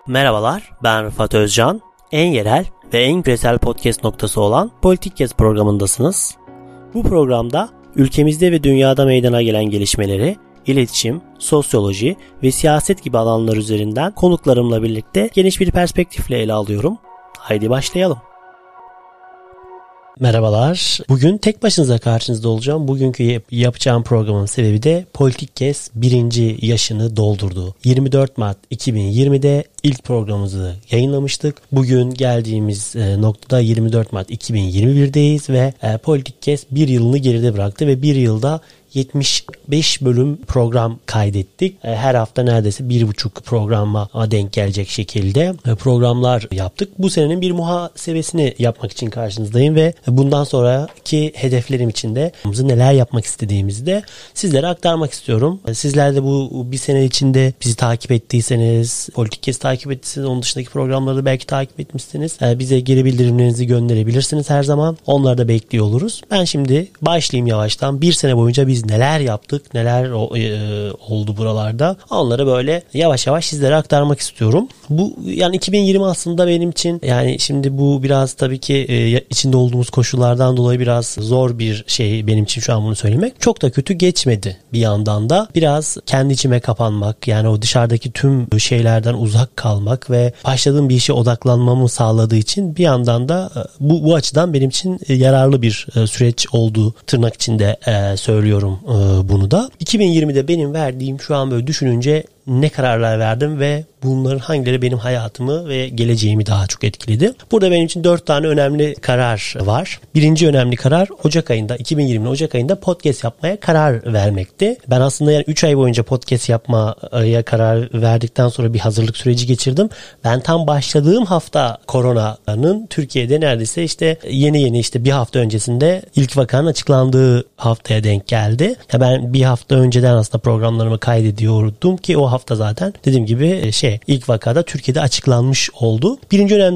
Merhabalar, ben Rıfat Özcan. En yerel ve en küresel podcast noktası olan Politikkes programındasınız. Bu programda ülkemizde ve dünyada meydana gelen gelişmeleri, iletişim, sosyoloji ve siyaset gibi alanlar üzerinden konuklarımla birlikte geniş bir perspektifle ele alıyorum. Haydi başlayalım. Merhabalar. Bugün tek başınıza karşınızda olacağım. Bugünkü yapacağım programın sebebi de Politikkes 1. yaşını doldurdu. 24 Mart 2020'de ilk programımızı yayınlamıştık. Bugün geldiğimiz noktada 24 Mart 2021'deyiz ve Politikkes 1 yılını geride bıraktı ve 1 yılda 75 bölüm program kaydettik. Her hafta neredeyse 1,5 programa denk gelecek şekilde programlar yaptık. Bu senenin bir muhasebesini yapmak için karşınızdayım ve bundan sonraki hedeflerim için de neler yapmak istediğimizi de sizlere aktarmak istiyorum. Sizler de bu bir sene içinde bizi takip ettiyseniz, Politikkes'i takip ettiyseniz, onun dışındaki programları da belki takip etmişsiniz. Bize geri bildirimlerinizi gönderebilirsiniz her zaman. Onları da bekliyor oluruz. Ben şimdi başlayayım yavaştan. Bir sene boyunca biz neler yaptık, neler oldu buralarda. Onları böyle yavaş yavaş sizlere aktarmak istiyorum. Bu yani 2020 aslında benim için, yani şimdi bu biraz tabii ki içinde olduğumuz koşullardan dolayı biraz zor bir şey benim için şu an bunu söylemek. Çok da kötü geçmedi bir yandan da. Biraz kendi içime kapanmak, yani o dışarıdaki tüm şeylerden uzak kalmak ve başladığım bir işe odaklanmamı sağladığı için bir yandan da bu açıdan benim için yararlı bir süreç oldu, tırnak içinde söylüyorum bunu da. 2020'de benim verdiğim, şu an böyle düşününce ne kararlar verdim ve bunların hangileri benim hayatımı ve geleceğimi daha çok etkiledi. Burada benim için 4 tane önemli karar var. Birinci önemli karar Ocak ayında, 2020'nin Ocak ayında podcast yapmaya karar vermekti. Ben aslında yani 3 ay boyunca podcast yapmaya karar verdikten sonra bir hazırlık süreci geçirdim. Ben tam başladığım hafta koronanın Türkiye'de neredeyse işte yeni işte bir hafta öncesinde ilk vakanın açıklandığı haftaya denk geldi. Ben bir hafta önceden aslında programlarımı kaydediyordum ki o hafta zaten dediğim gibi ilk vakada Türkiye'de açıklanmış oldu. Birinci önemli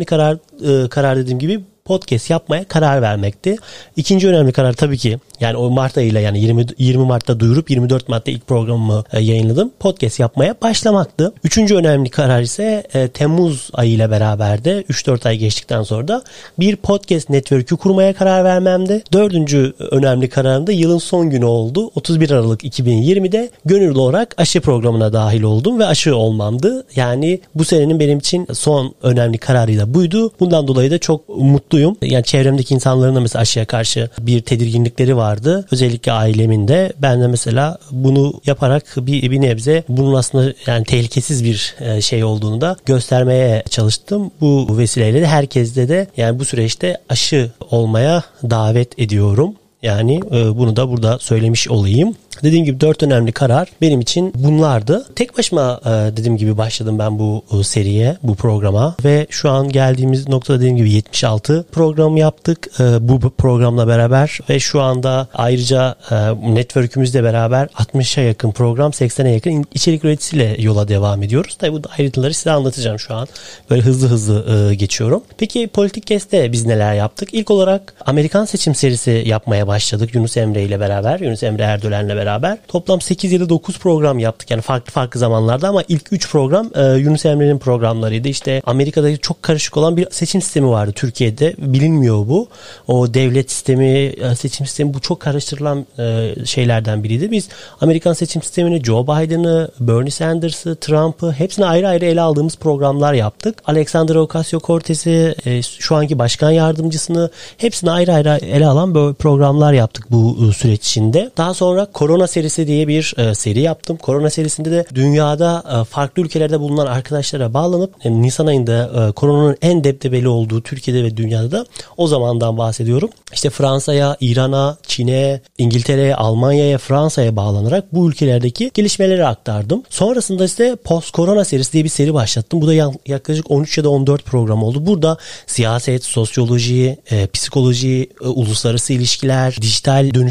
karar dediğim gibi podcast yapmaya karar vermekti. İkinci önemli karar tabii ki yani o Mart ayıyla, yani 20 Mart'ta duyurup 24 Mart'ta ilk programımı yayınladım. Podcast yapmaya başlamaktı. Üçüncü önemli karar ise Temmuz ayıyla beraber de 3-4 ay geçtikten sonra da bir podcast network'ü kurmaya karar vermemdi. Dördüncü önemli kararım da yılın son günü oldu. 31 Aralık 2020'de gönüllü olarak aşı programına dahil oldum ve aşı olmamdı. Yani bu senenin benim için son önemli kararı da buydu. Bundan dolayı da çok mutluyum. Yani çevremdeki insanların da mesela aşıya karşı bir tedirginlikleri vardı. Özellikle ailemin de. Ben de mesela bunu yaparak bir nebze bunun aslında yani tehlikesiz bir şey olduğunu da göstermeye çalıştım. Bu vesileyle de herkeste de yani bu süreçte aşı olmaya davet ediyorum. Yani bunu da burada söylemiş olayım. Dediğim gibi 4 önemli karar benim için bunlardı. Tek başıma dediğim gibi başladım ben bu seriye, bu programa ve şu an geldiğimiz noktada dediğim gibi 76 program yaptık bu programla beraber ve şu anda ayrıca network'ümüzle beraber 60'a yakın program, 80'e yakın içerik üreticisiyle yola devam ediyoruz. Tabii bu ayrıntıları size anlatacağım şu an. Böyle hızlı geçiyorum. Peki Politikkes'te biz neler yaptık? İlk olarak Amerikan seçim serisi yapmaya başladık Yunus Emre ile beraber, Yunus Emre Erdölen'le beraber. Toplam 8 ya da 9 program yaptık. Yani farklı zamanlarda ama ilk 3 program Yunus Emre'nin programlarıydı. İşte Amerika'da çok karışık olan bir seçim sistemi vardı. Türkiye'de bilinmiyor bu. O devlet sistemi, seçim sistemi, bu çok karıştırılan şeylerden biriydi. Biz Amerikan seçim sistemini, Joe Biden'ı, Bernie Sanders'ı, Trump'ı hepsini ayrı ayrı ele aldığımız programlar yaptık. Alexandria Ocasio-Cortez'i, şu anki başkan yardımcısını hepsini ayrı ayrı ele alan böyle programlar yaptık bu süreç içinde. Daha sonra Korona serisi diye bir seri yaptım. Korona serisinde de dünyada farklı ülkelerde bulunan arkadaşlara bağlanıp Nisan ayında koronanın en debdebeli olduğu Türkiye'de ve dünyada da o zamandan bahsediyorum. İşte Fransa'ya, İran'a, Çin'e, İngiltere'ye, Almanya'ya, Fransa'ya bağlanarak bu ülkelerdeki gelişmeleri aktardım. Sonrasında ise Post Korona serisi diye bir seri başlattım. Bu da yaklaşık 13 ya da 14 program oldu. Burada siyaset, sosyoloji, psikoloji, uluslararası ilişkiler, dijital dönüşüm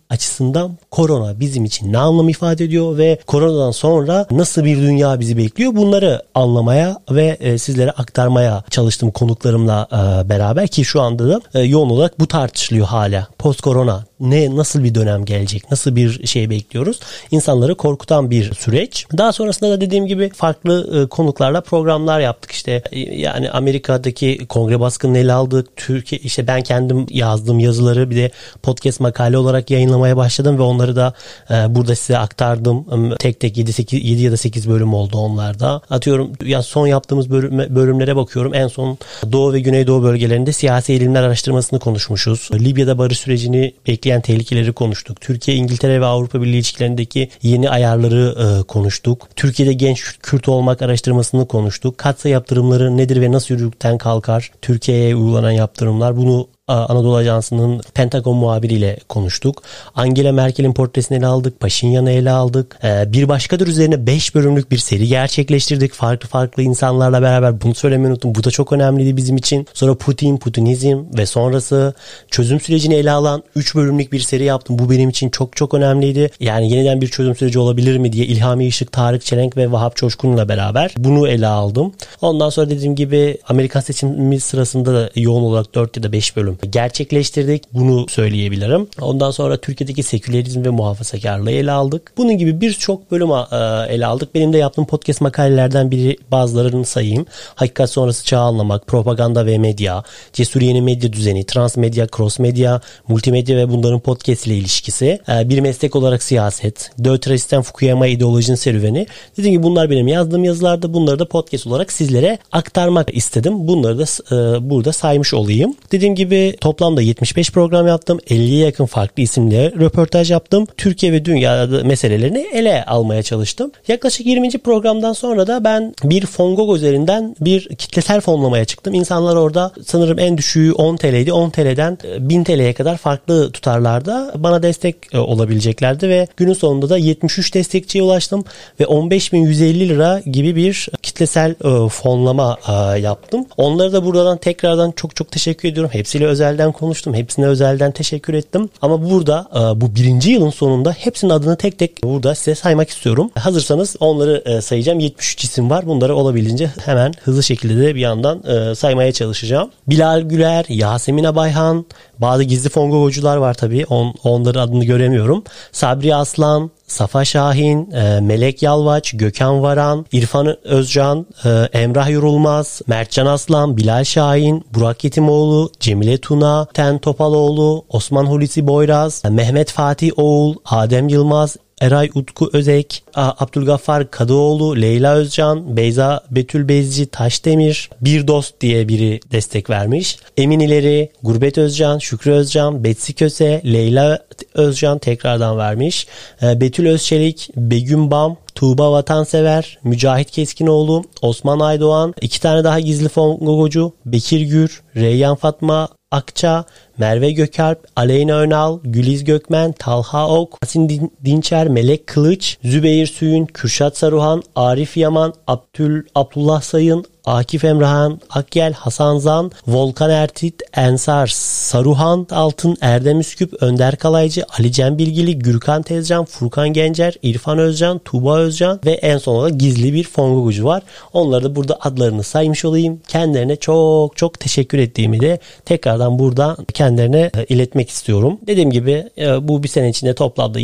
açısından korona bizim için ne anlam ifade ediyor ve koronadan sonra nasıl bir dünya bizi bekliyor, bunları anlamaya ve sizlere aktarmaya çalıştım konuklarımla beraber, ki şu anda da yoğun olarak bu tartışılıyor hala. Post korona nasıl bir dönem gelecek, nasıl bir şey bekliyoruz? İnsanları korkutan bir süreç. Daha sonrasında da dediğim gibi farklı konuklarla programlar yaptık. İşte yani Amerika'daki kongre baskınını ele aldık. Türkiye, işte ben kendim yazdığım yazıları bir de podcast makale olarak yayınlamaya başladım ve onları da burada size aktardım. Tek tek 7 ya da 8 bölüm oldu onlarda. Atıyorum ya, son yaptığımız bölümlere bakıyorum. En son Doğu ve Güneydoğu bölgelerinde siyasi eğilimler araştırmasını konuşmuşuz. Libya'da barış sürecini bekleyen tehlikeleri konuştuk. Türkiye, İngiltere ve Avrupa Birliği ilişkilerindeki yeni ayarları konuştuk. Türkiye'de genç Kürt olmak araştırmasını konuştuk. Katsayı yaptırımları nedir ve nasıl yürürlükten kalkar? Türkiye'ye uygulanan yaptırımlar. Bunu Anadolu Ajansı'nın Pentagon muhabiriyle konuştuk. Angela Merkel'in portresini ele aldık. Paşinyan'ı ele aldık. Bir başkadır üzerine 5 bölümlük bir seri gerçekleştirdik. Farklı insanlarla beraber. Bunu söylemeyi unuttum. Bu da çok önemliydi bizim için. Sonra Putinizm ve sonrası çözüm sürecini ele alan 3 bölümlük bir seri yaptım. Bu benim için çok önemliydi. Yani yeniden bir çözüm süreci olabilir mi diye İlhami Işık, Tarık Çelenk ve Vahap Coşkun'la beraber bunu ele aldım. Ondan sonra dediğim gibi Amerikan seçimi sırasında da yoğun olarak 4 ya da 5 bölüm gerçekleştirdik. Bunu söyleyebilirim. Ondan sonra Türkiye'deki sekülerizm ve muhafazakarlığı ele aldık. Bunun gibi birçok bölüm ele aldık. Benim de yaptığım podcast makalelerden biri, bazılarını sayayım. Hakikat sonrası çağı anlamak, propaganda ve medya, cesur yeni medya düzeni, transmedya, cross medya, multimedya ve bunların podcast ile ilişkisi, bir meslek olarak siyaset, Deuteris'ten Fukuyama ideolojinin serüveni. Dediğim gibi bunlar benim yazdığım yazılarda, bunları da podcast olarak sizlere aktarmak istedim. Bunları da burada saymış olayım. Dediğim gibi toplamda 75 program yaptım. 50'ye yakın farklı isimle röportaj yaptım. Türkiye ve dünya meselelerini ele almaya çalıştım. Yaklaşık 20. programdan sonra da ben bir Fongo üzerinden bir kitlesel fonlamaya çıktım. İnsanlar orada sanırım en düşüğü 10 TL'ydi. 10 TL'den 1000 TL'ye kadar farklı tutarlarda bana destek olabileceklerdi ve günün sonunda da 73 destekçiye ulaştım ve 15.150 lira gibi bir kitlesel fonlama yaptım. Onlara da buradan tekrardan çok teşekkür ediyorum. Hepsiyle özelden konuştum. Hepsine özelden teşekkür ettim. Ama burada bu 1. yılın sonunda hepsinin adını tek tek burada size saymak istiyorum. Hazırsanız onları sayacağım. 73 isim var. Bunları olabildiğince hemen hızlı şekilde de bir yandan saymaya çalışacağım. Bilal Güler, Yasemin Abayhan, bazı gizli fongocular var tabii. Onların adını göremiyorum. Sabri Aslan, Safa Şahin, Melek Yalvaç, Gökhan Varan, İrfan Özcan, Emrah Yorulmaz, Mertcan Aslan, Bilal Şahin, Burak Yetimoğlu, Cemile Tuna, Ten Topaloğlu, Osman Hulusi Boyraz, Mehmet Fatih Oğul, Adem Yılmaz, Eray Utku Özek, Abdülgaffar Kadıoğlu, Leyla Özcan, Beyza Betül Bezci Taşdemir, Bir Dost diye biri destek vermiş. Emin İleri, Gurbet Özcan, Şükrü Özcan, Betsi Köse, Leyla Özcan tekrardan vermiş. Betül Özçelik, Begüm Bam, Tuğba Vatansever, Mücahit Keskinoğlu, Osman Aydoğan, 2 tane daha gizli fongocu, Bekir Gür, Reyyan Fatma Akça, Merve Gökalp, Aleyna Önal, Güliz Gökmen, Talha Ok, Asin Dinçer, Melek Kılıç, Zübeyir Süyün, Kürşat Saruhan, Arif Yaman, Abdullah Sayın, Akif Emrahan, Akyel, Hasan Zan, Volkan Ertit, Ensar Saruhan Altın, Erdem Üsküp, Önder Kalaycı, Ali Cem Bilgili, Gürkan Tezcan, Furkan Gencer, İrfan Özcan, Tuğba Özcan ve en son olarak gizli bir fongocu var. Onları da burada adlarını saymış olayım. Kendilerine çok teşekkür ettiğimi de tekrardan burada kendilerine iletmek istiyorum. Dediğim gibi bu bir sene içinde toplamda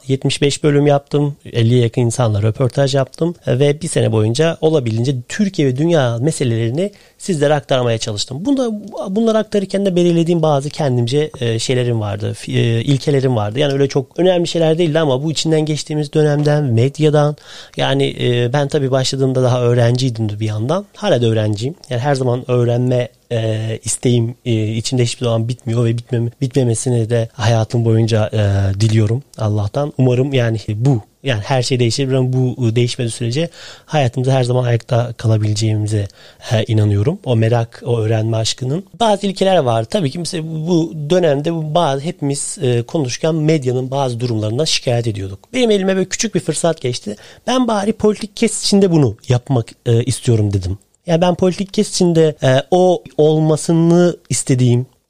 75 bölüm yaptım. 50'ye yakın insanla röportaj yaptım ve bir sene boyunca olabildiğince Türkiye ve dünya meselelerini sizlere aktarmaya çalıştım. Bunları aktarırken de belirlediğim bazı kendimce şeylerim vardı, ilkelerim vardı. Yani öyle çok önemli şeyler değildi ama bu içinden geçtiğimiz dönemden, medyadan, yani ben tabii başladığımda daha öğrenciydim bir yandan. Hala da öğrenciyim. Yani her zaman öğrenme isteğim içimde hiçbir zaman bitmiyor ve bitmemesini de hayatım boyunca diliyorum Allah'tan. Umarım yani her şey değişir. Ben bu değişmediği sürece hayatımızda her zaman ayakta kalabileceğimize inanıyorum. O merak, o öğrenme aşkının. Bazı ilkeler var. Tabii ki mesela bu dönemde hepimiz konuşurken medyanın bazı durumlarından şikayet ediyorduk. Benim elime böyle küçük bir fırsat geçti. Ben bari politik kes içinde bunu yapmak istiyorum dedim. Yani ben politik kes içinde o olmasını istediğim,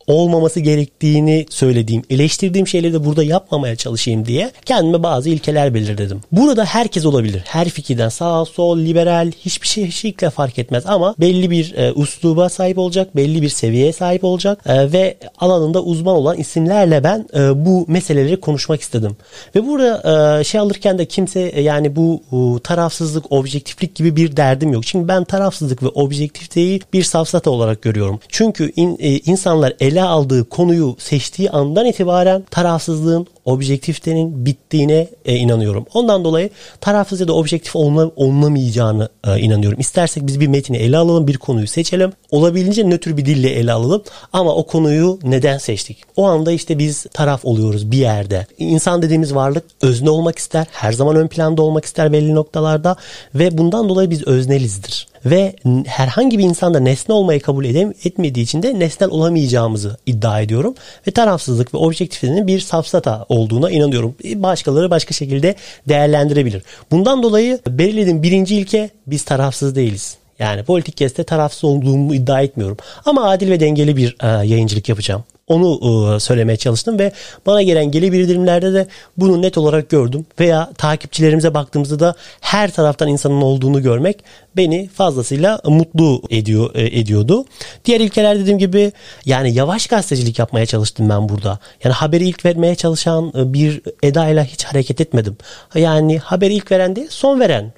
olmaması gerektiğini söylediğim, eleştirdiğim şeyleri de burada yapmamaya çalışayım diye kendime bazı ilkeler belirledim. Burada herkes olabilir. Her fikirden sağ, sol, liberal hiçbir şeyle fark etmez ama belli bir üsluba sahip olacak, belli bir seviyeye sahip olacak ve alanında uzman olan isimlerle ben bu meseleleri konuşmak istedim. Ve burada şey alırken de kimse yani bu tarafsızlık, objektiflik gibi bir derdim yok. Çünkü ben tarafsızlık ve objektifliği bir safsata olarak görüyorum. Çünkü insanlar ele aldığı konuyu seçtiği andan itibaren tarafsızlığın, objektiftenin bittiğine inanıyorum. Ondan dolayı tarafsız ya da objektif olunamayacağını inanıyorum. İstersek biz bir metni ele alalım, bir konuyu seçelim. Olabildiğince nötr bir dille ele alalım. Ama o konuyu neden seçtik? O anda işte biz taraf oluyoruz bir yerde. İnsan dediğimiz varlık özne olmak ister. Her zaman ön planda olmak ister belli noktalarda. Ve bundan dolayı biz öznelizdir. Ve herhangi bir insan da nesne olmayı kabul etmediği için de nesnel olamayacağımızı iddia ediyorum. Ve tarafsızlık ve objektifliğinin bir safsata olduğuna inanıyorum. Başkaları başka şekilde değerlendirebilir. Bundan dolayı belirlediğim birinci ilke biz tarafsız değiliz. Yani Politikcast'te tarafsız olduğumu iddia etmiyorum. Ama adil ve dengeli bir yayıncılık yapacağım. Onu söylemeye çalıştım ve bana gelen geri bildirimlerde de bunu net olarak gördüm. Veya takipçilerimize baktığımızda da her taraftan insanın olduğunu görmek beni fazlasıyla mutlu ediyordu. Diğer ilkeler dediğim gibi yani yavaş gazetecilik yapmaya çalıştım ben burada. Yani haberi ilk vermeye çalışan bir edayla hiç hareket etmedim. Yani haberi ilk veren değil son veren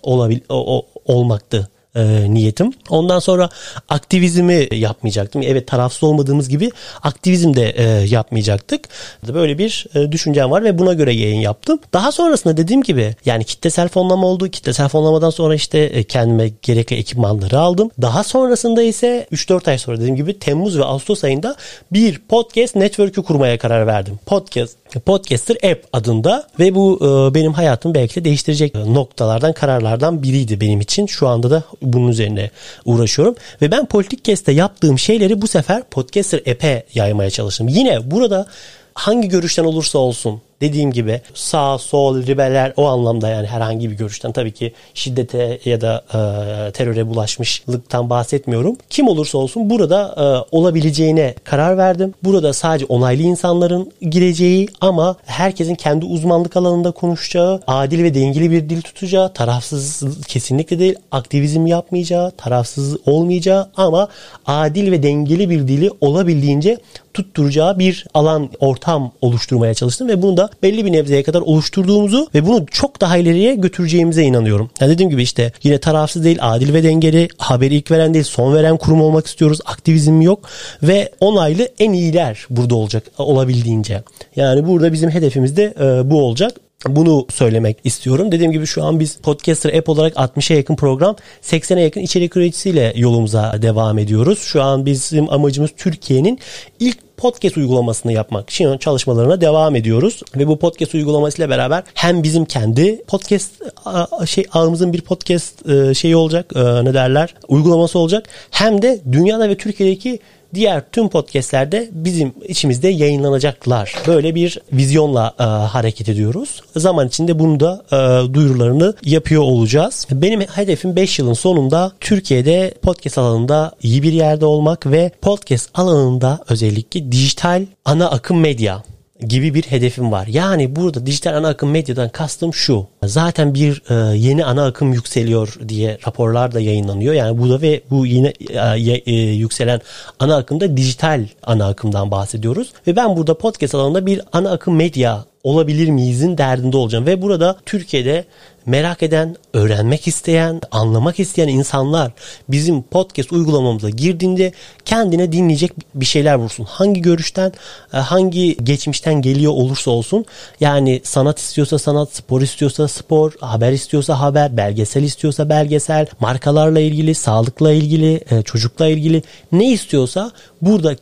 olmaktı. Niyetim. Ondan sonra aktivizmi yapmayacaktım. Evet tarafsız olmadığımız gibi aktivizm de yapmayacaktık. Böyle bir düşüncem var ve buna göre yayın yaptım. Daha sonrasında dediğim gibi yani kitlesel fonlama oldu. Kitlesel fonlamadan sonra işte kendime gerekli ekipmanları aldım. Daha sonrasında ise 3-4 ay sonra dediğim gibi Temmuz ve Ağustos ayında bir podcast network'ü kurmaya karar verdim. Podcaster App adında ve bu benim hayatımı belki de değiştirecek noktalardan, kararlardan biriydi benim için. Şu anda da bunun üzerine uğraşıyorum. Ve ben Politikcast'te yaptığım şeyleri bu sefer Podcaster App'e yaymaya çalıştım. Yine burada hangi görüşten olursa olsun dediğim gibi sağ, sol, liberal o anlamda yani herhangi bir görüşten tabii ki şiddete ya da teröre bulaşmışlıktan bahsetmiyorum. Kim olursa olsun burada olabileceğine karar verdim. Burada sadece onaylı insanların gireceği ama herkesin kendi uzmanlık alanında konuşacağı, adil ve dengeli bir dil tutacağı, tarafsız kesinlikle değil, aktivizm yapmayacağı, tarafsız olmayacağı ama adil ve dengeli bir dili olabildiğince tutturacağı bir alan, ortam oluşturmaya çalıştım ve bunu da belli bir nebzeye kadar oluşturduğumuzu ve bunu çok daha ileriye götüreceğimize inanıyorum. Yani dediğim gibi işte yine tarafsız değil, adil ve dengeli, haberi ilk veren değil, son veren kurum olmak istiyoruz. Aktivizm yok ve onaylı en iyiler burada olacak olabildiğince. Yani burada bizim hedefimiz de bu olacak. Bunu söylemek istiyorum. Dediğim gibi şu an biz Podcaster App olarak 60'a yakın program, 80'e yakın içerik üreticisiyle yolumuza devam ediyoruz. Şu an bizim amacımız Türkiye'nin ilk podcast uygulamasını yapmak. Şimdi çalışmalarına devam ediyoruz ve bu podcast uygulamasıyla beraber hem bizim kendi podcast ağımızın bir podcast şeyi olacak, uygulaması olacak. Hem de dünyada ve Türkiye'deki diğer tüm podcastlerde bizim içimizde yayınlanacaklar. Böyle bir vizyonla hareket ediyoruz. Zaman içinde bunu da duyurularını yapıyor olacağız. Benim hedefim 5 yılın sonunda Türkiye'de podcast alanında iyi bir yerde olmak ve podcast alanında özellikle dijital ana akım medya gibi bir hedefim var. Yani burada dijital ana akım medyadan kastım şu. Zaten bir yeni ana akım yükseliyor diye raporlar da yayınlanıyor. Yani bu da ve bu yine yükselen ana akımda dijital ana akımdan bahsediyoruz. Ve ben burada podcast alanında bir ana akım medya olabilir miyizin derdinde olacağım. Ve burada Türkiye'de merak eden, öğrenmek isteyen, anlamak isteyen insanlar bizim podcast uygulamamıza girdiğinde kendine dinleyecek bir şeyler bulsun. Hangi görüşten, hangi geçmişten geliyor olursa olsun. Yani sanat istiyorsa sanat, spor istiyorsa spor, haber istiyorsa haber, belgesel istiyorsa belgesel, markalarla ilgili, sağlıkla ilgili, çocukla ilgili ne istiyorsa burada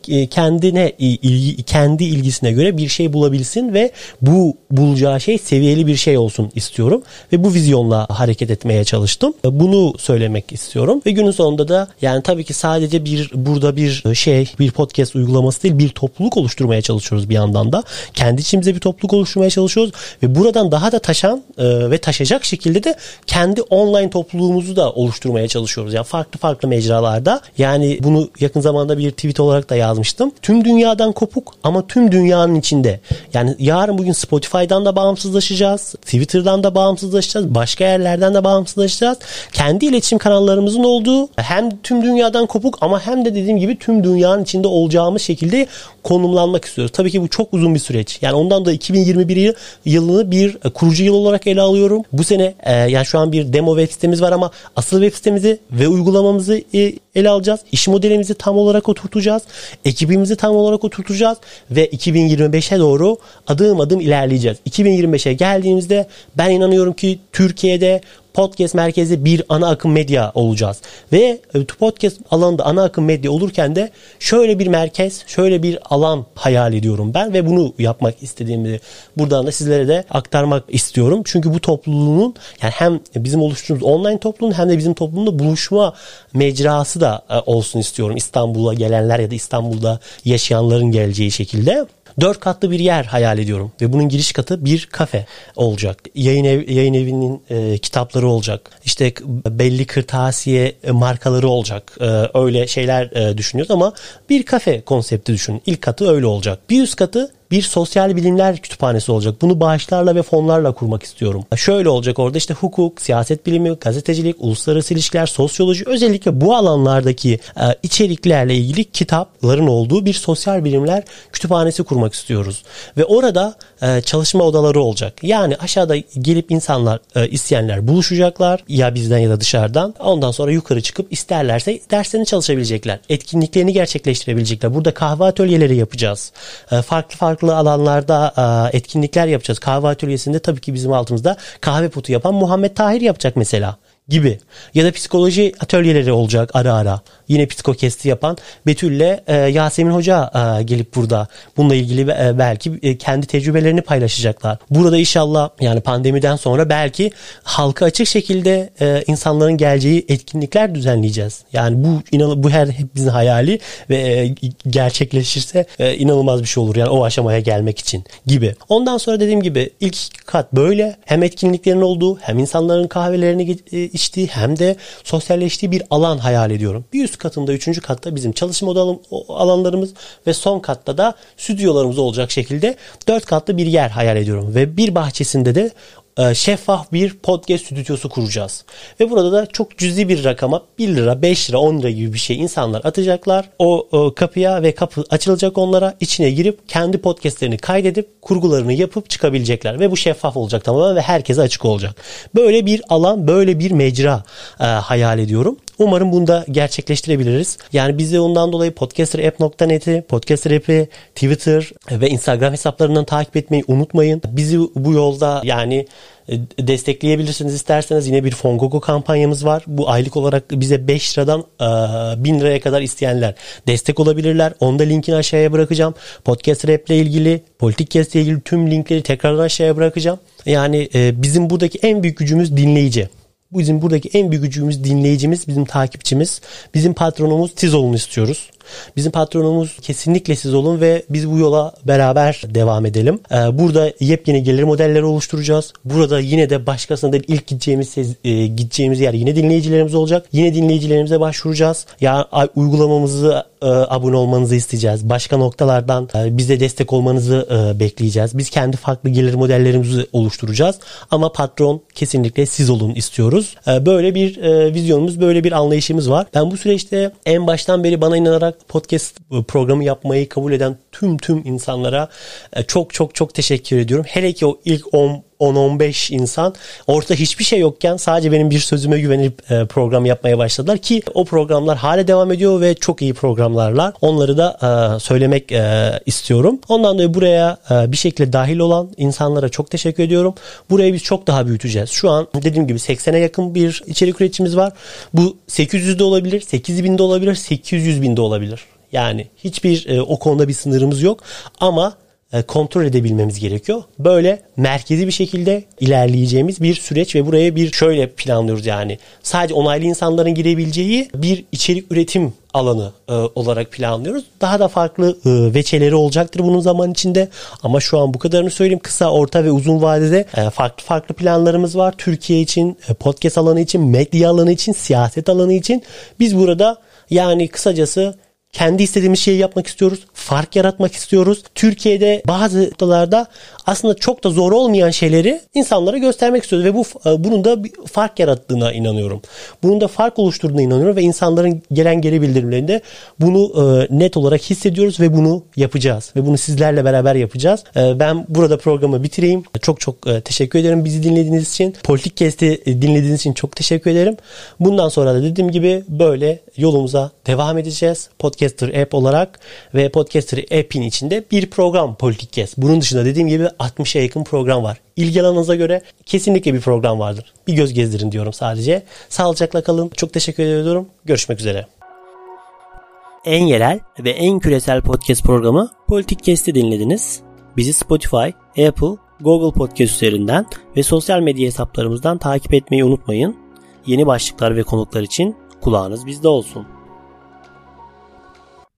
kendi ilgisine göre bir şey bulabilsin ve bu bulacağı şey seviyeli bir şey olsun istiyorum. Ve bu bu vizyonla hareket etmeye çalıştım. Bunu söylemek istiyorum ve günün sonunda da yani tabii ki sadece burada bir podcast uygulaması değil, bir topluluk oluşturmaya çalışıyoruz bir yandan da. Kendi içimize bir topluluk oluşturmaya çalışıyoruz ve buradan daha da taşan ve taşacak şekilde de kendi online topluluğumuzu da oluşturmaya çalışıyoruz. Yani farklı mecralarda. Yani bunu yakın zamanda bir tweet olarak da yazmıştım. Tüm dünyadan kopuk ama tüm dünyanın içinde. Yani yarın bugün Spotify'dan da bağımsızlaşacağız. Twitter'dan da bağımsızlaşacağız. Başka yerlerden de bağımsızlaşacağız. Kendi iletişim kanallarımızın olduğu hem tüm dünyadan kopuk ama hem de dediğim gibi tüm dünyanın içinde olacağımız şekilde konumlanmak istiyoruz. Tabii ki bu çok uzun bir süreç. Yani ondan da 2021 yılını bir kurucu yıl olarak ele alıyorum. Bu sene yani şu an bir demo web sitemiz var ama asıl web sitemizi ve uygulamamızı ele alacağız. İş modelimizi tam olarak oturtacağız. Ekibimizi tam olarak oturtacağız ve 2025'e doğru adım adım ilerleyeceğiz. 2025'e geldiğimizde ben inanıyorum ki Türkiye'de podcast merkezi bir ana akım medya olacağız. Ve podcast alanında ana akım medya olurken de şöyle bir merkez, şöyle bir alan hayal ediyorum ben ve bunu yapmak istediğimi buradan da sizlere de aktarmak istiyorum. Çünkü bu topluluğun yani hem bizim oluşturduğumuz online topluluğun hem de bizim topluluğunda buluşma mecrası da olsun istiyorum. İstanbul'a gelenler ya da İstanbul'da yaşayanların geleceği şekilde. 4 katlı bir yer hayal ediyorum ve bunun giriş katı bir kafe olacak. Yayın evinin kitapları olacak. İşte belli kırtasiye markaları olacak. Öyle şeyler düşünüyoruz ama bir kafe konsepti düşünün. İlk katı öyle olacak. Bir üst katı bir sosyal bilimler kütüphanesi olacak. Bunu bağışlarla ve fonlarla kurmak istiyorum. Şöyle olacak orada işte hukuk, siyaset bilimi, gazetecilik, uluslararası ilişkiler, sosyoloji, özellikle bu alanlardaki içeriklerle ilgili kitapların olduğu bir sosyal bilimler kütüphanesi kurmak istiyoruz. Ve orada çalışma odaları olacak. Yani aşağıda gelip insanlar, isteyenler buluşacaklar ya bizden ya da dışarıdan. Ondan sonra yukarı çıkıp isterlerse derslerini çalışabilecekler. Etkinliklerini gerçekleştirebilecekler. Burada kahve atölyeleri yapacağız. Farklı alanlarda etkinlikler yapacağız. Kahve atölyesinde tabii ki bizim altımızda kahve potu yapan Muhammed Tahir yapacak mesela gibi. Ya da psikoloji atölyeleri olacak ara ara. Yine psikokesti yapan Betül'le Yasemin Hoca gelip burada bununla ilgili belki kendi tecrübelerini paylaşacaklar. Burada inşallah yani pandemiden sonra belki halka açık şekilde insanların geleceği etkinlikler düzenleyeceğiz. Yani bu hepimizin hayali ve gerçekleşirse inanılmaz bir şey olur. Yani o aşamaya gelmek için gibi. Ondan sonra dediğim gibi ilk kat böyle hem etkinliklerin olduğu hem insanların kahvelerini içtiği hem de sosyalleştiği bir alan hayal ediyorum. Bir üst katında, 3. katta bizim çalışma alanlarımız ve son katta da stüdyolarımız olacak şekilde 4 katlı bir yer hayal ediyorum. Ve bir bahçesinde de şeffaf bir podcast stüdyosu kuracağız. Ve burada da çok cüzi bir rakama 1 lira, 5 lira, 10 lira gibi bir şey insanlar atacaklar. O kapıya ve kapı açılacak onlara. İçine girip kendi podcastlerini kaydedip kurgularını yapıp çıkabilecekler. Ve bu şeffaf olacak tamamen ve herkese açık olacak. Böyle bir alan, böyle bir mecra hayal ediyorum. Umarım bunu da gerçekleştirebiliriz. Yani bizi ondan dolayı podcasterapp.net'i, podcasterapp'i, Twitter ve Instagram hesaplarından takip etmeyi unutmayın. Bizi bu yolda yani destekleyebilirsiniz isterseniz. Yine bir Fongogo kampanyamız var. Bu aylık olarak bize 5 liradan 1000 liraya kadar isteyenler destek olabilirler. Onu da linkini aşağıya bırakacağım. Podcast Rap ile ilgili, Politikcast ile ilgili tüm linkleri tekrardan aşağıya bırakacağım. Yani bizim buradaki en büyük gücümüz dinleyici. Bizim buradaki en büyük gücümüz dinleyicimiz, bizim takipçimiz, bizim patronumuz siz olun istiyoruz. Bizim patronumuz kesinlikle siz olun ve biz bu yola beraber devam edelim. Burada yepyeni gelir modelleri oluşturacağız. Burada yine de başkasına değil ilk gideceğimiz yer yine dinleyicilerimiz olacak. Yine dinleyicilerimize başvuracağız. Ya uygulamamızı abone olmanızı isteyeceğiz. Başka noktalardan bize destek olmanızı bekleyeceğiz. Biz kendi farklı gelir modellerimizi oluşturacağız. Ama patron kesinlikle siz olun istiyoruz. Böyle bir vizyonumuz, böyle bir anlayışımız var. Ben bu süreçte en baştan beri bana inanarak podcast programı yapmayı kabul eden tüm insanlara çok teşekkür ediyorum. Hele ki o ilk 10-15 insan ortada hiçbir şey yokken sadece benim bir sözüme güvenip program yapmaya başladılar ki o programlar hala devam ediyor ve çok iyi programlarla onları da söylemek istiyorum. Ondan dolayı buraya bir şekilde dahil olan insanlara çok teşekkür ediyorum. Burayı biz çok daha büyüteceğiz. Şu an dediğim gibi 80'e yakın bir içerik üreticimiz var. Bu 800'de olabilir, 8000'de olabilir, 800.000'de olabilir. Yani hiçbir o konuda bir sınırımız yok ama kontrol edebilmemiz gerekiyor. Böyle merkezi bir şekilde ilerleyeceğimiz bir süreç ve buraya bir şöyle planlıyoruz yani. Sadece onaylı insanların girebileceği bir içerik üretim alanı olarak planlıyoruz. Daha da farklı veçeleri olacaktır bunun zaman içinde. Ama şu an bu kadarını söyleyeyim. Kısa, orta ve uzun vadede farklı planlarımız var. Türkiye için, podcast alanı için, medya alanı için, siyaset alanı için. Biz burada yani kısacası kendi istediğimiz şeyi yapmak istiyoruz. Fark yaratmak istiyoruz. Türkiye'de bazı noktalarda aslında çok da zor olmayan şeyleri insanlara göstermek istiyoruz. Ve bunun da bir fark yarattığına inanıyorum. Bunun da fark oluşturduğuna inanıyorum. Ve insanların gelen geri bildirimlerinde bunu net olarak hissediyoruz ve bunu yapacağız. Ve bunu sizlerle beraber yapacağız. Ben burada programı bitireyim. Çok teşekkür ederim bizi dinlediğiniz için. Politikcast'i dinlediğiniz için çok teşekkür ederim. Bundan sonra da dediğim gibi böyle yolumuza devam edeceğiz. Podcaster App olarak ve Podcaster App'in içinde bir program Politikcast. Bunun dışında dediğim gibi 60'a yakın program var. İlgi alanınıza göre kesinlikle bir program vardır. Bir göz gezdirin diyorum sadece. Sağlıcakla kalın. Çok teşekkür ediyorum. Görüşmek üzere. En yerel ve en küresel podcast programı Politikcast'i dinlediniz. Bizi Spotify, Apple, Google Podcast üzerinden ve sosyal medya hesaplarımızdan takip etmeyi unutmayın. Yeni başlıklar ve konuklar için kulağınız bizde olsun.